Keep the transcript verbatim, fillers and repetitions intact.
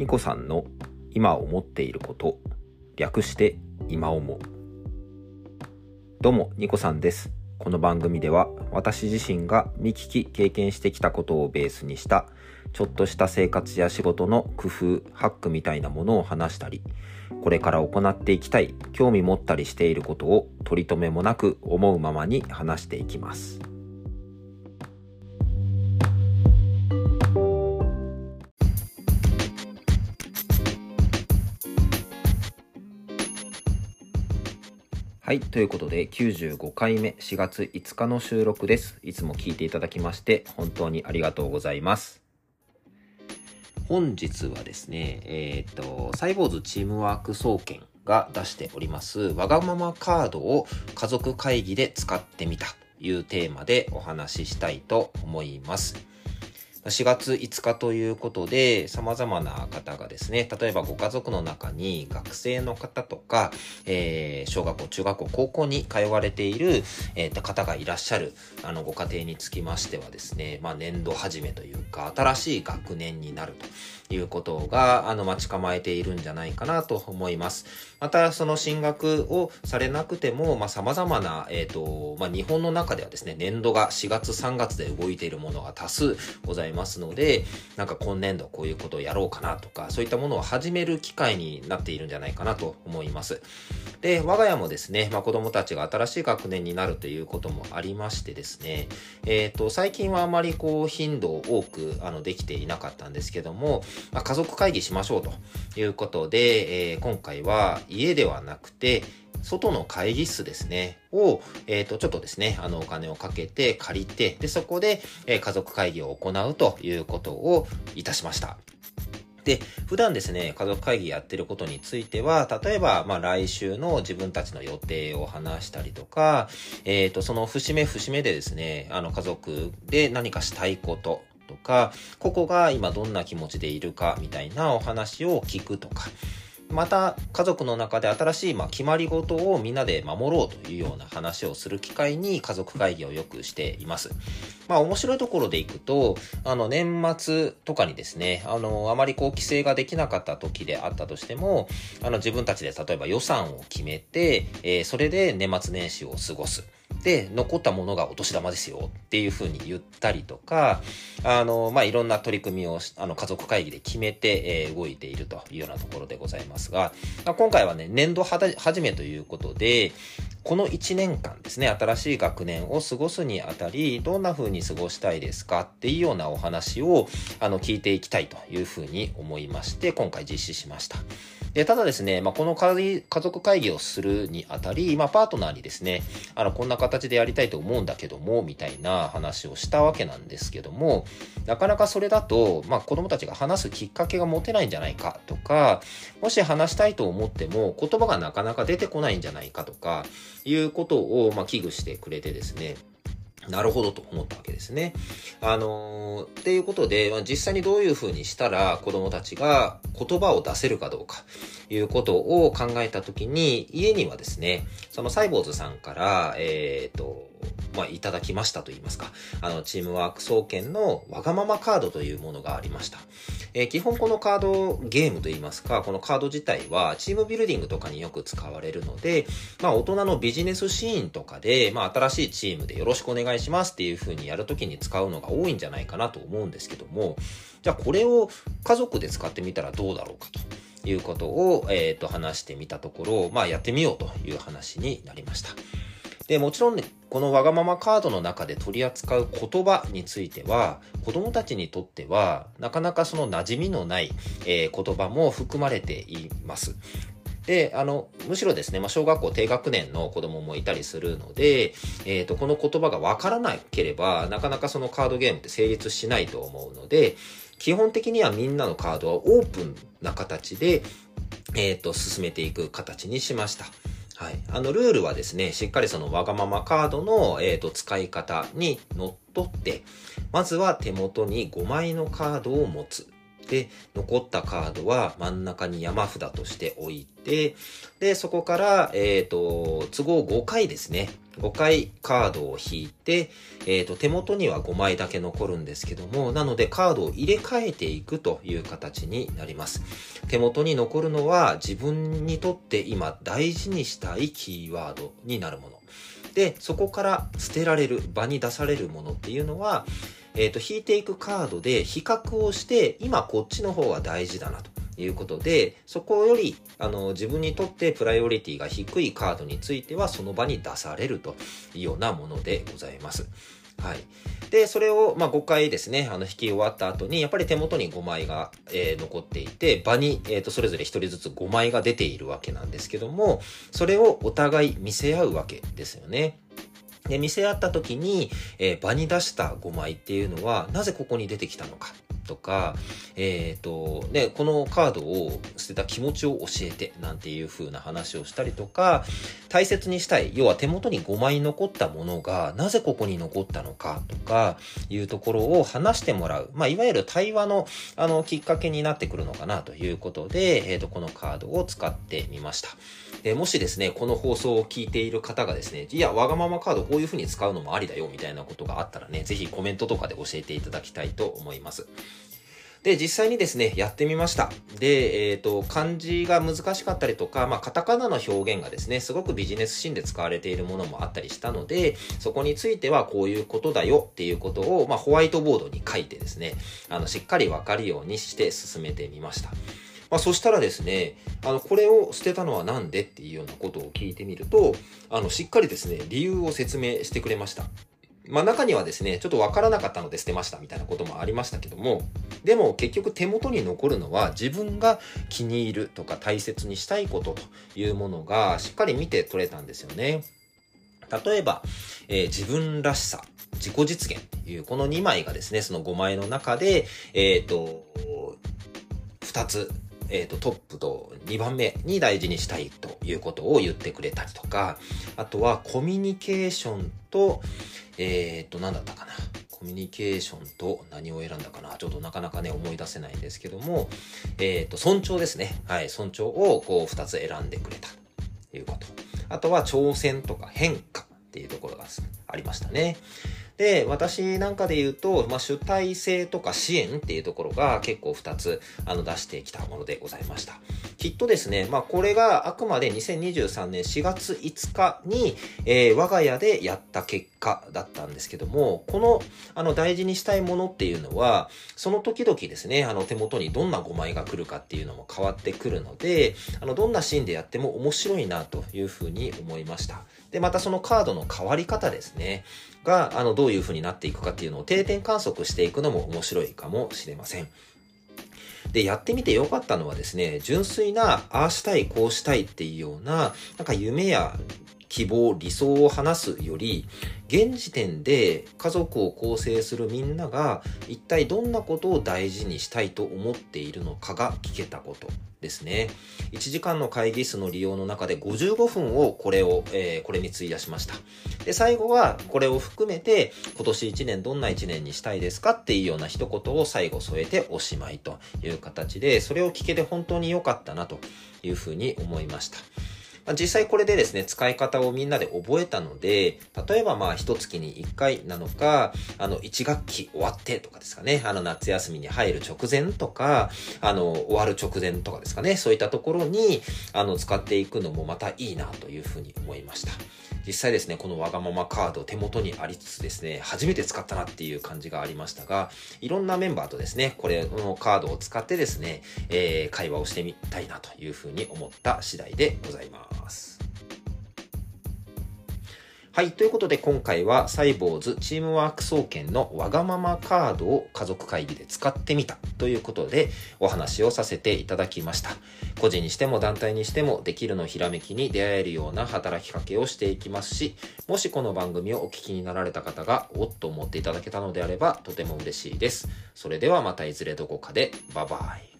ニコさんの今思っていること、略して今思う。どうもニコさんです。この番組では私自身が見聞き経験してきたことをベースにしたちょっとした生活や仕事の工夫、ハックみたいなものを話したり、これから行っていきたい、興味持ったりしていることを取り留めもなく思うままに話していきます。はい、ということできゅうじゅうごかいめしがついつかの収録です。いつも聞いていただきまして本当にありがとうございます。本日はですね、えっと、サイボーズチームワーク総研が出しておりますわがままカードを家族会議で使ってみたというテーマでお話ししたいと思います。しがついつかということで様々な方がですね、例えばご家族の中に学生の方とか、えー、小学校、中学校、高校に通われている、えー、方がいらっしゃるあのご家庭につきましてはですね、まあ、年度始めというか新しい学年になるということがあの待ち構えているんじゃないかなと思います。またその進学をされなくても、まあ、様々な、えーとまあ、日本の中ではですね、年度がしがつさんがつで動いているものが多数ございますので、なんか今年度こういうことをやろうかなとか、そういったものを始める機会になっているんじゃないかなと思います。で、我が家もですね、まあ、子供たちが新しい学年になるということもありましてですね、えっと、最近はあまりこう頻度を多くあのできていなかったんですけども、まあ、家族会議しましょうということで、えー、今回は家ではなくて、外の会議室ですね、を、えっと、ちょっとですね、あの、お金をかけて借りて、で、そこで、えー、家族会議を行うということをいたしました。で、普段ですね、家族会議やってることについては、例えば、まあ、来週の自分たちの予定を話したりとか、えっと、その節目節目でですね、あの、家族で何かしたいこととか、ここが今どんな気持ちでいるかみたいなお話を聞くとか、また家族の中で新しいまあ決まり事をみんなで守ろうというような話をする機会に家族会議をよくしています。まあ面白いところでいくと、あの年末とかにですね、あのあまりこう規制ができなかった時であったとしても、あの自分たちで例えば予算を決めて、えー、それで年末年始を過ごす。で、残ったものがお年玉ですよっていうふうに言ったりとか、あの、まあ、いろんな取り組みをあの家族会議で決めて、えー、動いているというようなところでございますが、まあ、今回はね、年度はじめということで、このいちねんかんですね、新しい学年を過ごすにあたり、どんな風に過ごしたいですかっていうようなお話をあの聞いていきたいというふうに思いまして、今回実施しました。でただですね、まあ、この家族会議をするにあたり、まあ、パートナーにですね、あの、こんな形でやりたいと思うんだけども、みたいな話をしたわけなんですけども、なかなかそれだと、まあ、子供たちが話すきっかけが持てないんじゃないかとか、もし話したいと思っても、言葉がなかなか出てこないんじゃないかとか、いうことを、まあ、危惧してくれてですね、なるほどと思ったわけですね。あのー、っていうことで、まあ、実際にどういうふうにしたら子供たちが言葉を出せるかどうかいうことを考えたときに、家にはですね、そのサイボーズさんから、えっと、まあ、いただきましたと言いますか、あの、チームワーク総研のわがままカードというものがありました。えー、基本このカードゲームと言いますか、このカード自体はチームビルディングとかによく使われるので、まあ、大人のビジネスシーンとかで、まあ、新しいチームでよろしくお願いしますっていう風にやるときに使うのが多いんじゃないかなと思うんですけども、じゃあこれを家族で使ってみたらどうだろうかということを、えっと、話してみたところ、まあ、やってみようという話になりました。で、もちろんね、このわがままカードの中で取り扱う言葉については、子供たちにとっては、なかなかその馴染みのない、えー、言葉も含まれています。で、あの、むしろですね、まあ、小学校低学年の子供もいたりするので、えっと、この言葉がわからなければ、なかなかそのカードゲームって成立しないと思うので、基本的にはみんなのカードはオープンな形で、えっと、進めていく形にしました。はい。あの、ルールはですね、しっかりそのわがままカードの、えっと、使い方にのっとって、まずは手元にごまいのカードを持つ。で、残ったカードは真ん中に山札として置いて、で、そこから、えっと、都合ごかいですね。 ごかいカードを引いて、えっと、手元にはごまいだけ残るんですけども、なのでカードを入れ替えていくという形になります。手元に残るのは自分にとって今大事にしたいキーワードになるもの。で、そこから捨てられる、場に出されるものっていうのは、えっと、引いていくカードで比較をして、今こっちの方が大事だなということで、そこより、あの、自分にとってプライオリティが低いカードについては、その場に出されるというようなものでございます。はい。で、それを、まあ、ごかいですね、あの、引き終わった後に、やっぱり手元にごまいが、えー、残っていて、場に、えっと、それぞれひとりずつごまいが出ているわけなんですけども、それをお互い見せ合うわけですよね。で、見せ合った時に、えー、場に出したごまいっていうのは、なぜここに出てきたのかとか、えっと、ね、このカードを捨てた気持ちを教えて、なんていう風な話をしたりとか、大切にしたい、要は手元にごまい残ったものが、なぜここに残ったのかとか、いうところを話してもらう。まあ、いわゆる対話の、あの、きっかけになってくるのかなということで、えっと、このカードを使ってみました。で、もしですね、この放送を聞いている方がですね、いや、わがままカードこういう風に使うのもありだよ、みたいなことがあったらね、ぜひコメントとかで教えていただきたいと思います。で、実際にですね、やってみました。で、えっと、漢字が難しかったりとか、まあ、カタカナの表現がですね、すごくビジネスシーンで使われているものもあったりしたので、そこについてはこういうことだよっていうことを、まあ、ホワイトボードに書いてですね、あの、しっかりわかるようにして進めてみました。まあ、そしたらですね、あの、これを捨てたのはなんでっていうようなことを聞いてみると、あの、しっかりですね、理由を説明してくれました。まあ中にはですね、ちょっとわからなかったので捨てましたみたいなこともありましたけども、でも結局手元に残るのは自分が気に入るとか大切にしたいことというものがしっかり見て取れたんですよね。例えば、えー、自分らしさ、自己実現っていうこのにまいがですね、そのごまいの中で、えっと、ふたつ、えっと、トップとにばんめに大事にしたいということを言ってくれたりとか、あとはコミュニケーションと、えっと、何だったかな。コミュニケーションと何を選んだかな。ちょっとなかなかね、思い出せないんですけども、えっと、尊重ですね。はい、尊重をこうふたつ選んでくれたということ。あとは挑戦とか変化っていうところがありましたね。で、私なんかで言うと、まあ、主体性とか支援っていうところが結構ふたつ、あの、出してきたものでございました。きっとですね、まあ、これがあくまでにせんにじゅうさんねんしがついつかに、えー、我が家でやった結果だったんですけども、この、あの、大事にしたいものっていうのは、その時々ですね、あの、手元にどんなごまいが来るかっていうのも変わってくるので、あの、どんなシーンでやっても面白いなというふうに思いました。で、またそのカードの変わり方ですね。が、あの、どういう風になっていくかっていうのを定点観測していくのも面白いかもしれません。で、やってみてよかったのはですね、純粋な、ああしたい、こうしたいっていうような、なんか夢や希望、理想を話すより、現時点で家族を構成するみんなが一体どんなことを大事にしたいと思っているのかが聞けたことですね。いちじかんの会議室の利用の中でごじゅうごふんをこれを、えー、これに費やしました。で、最後はこれを含めて今年いちねんどんないちねんにしたいですかっていうような一言を最後添えておしまいという形で、それを聞けて本当に良かったなというふうに思いました。実際これでですね、使い方をみんなで覚えたので、例えばまあ一月にいっかいなのか、あのいち学期終わってとかですかね、あの夏休みに入る直前とか、あの終わる直前とかですかね、そういったところにあの使っていくのもまたいいなというふうに思いました。実際ですね、このわがままカード手元にありつつですね、初めて使ったなっていう感じがありましたが、いろんなメンバーとですね、これのカードを使ってですね、えー、会話をしてみたいなというふうに思った次第でございます。はい。ということで今回はサイボーズチームワーク総研のわがままカードを家族会議で使ってみたということでお話をさせていただきました。個人にしても団体にしてもできるのひらめきに出会えるような働きかけをしていきますし、もしこの番組をお聞きになられた方がおっと思っていただけたのであればとても嬉しいです。それではまたいずれどこかで。バイバイ。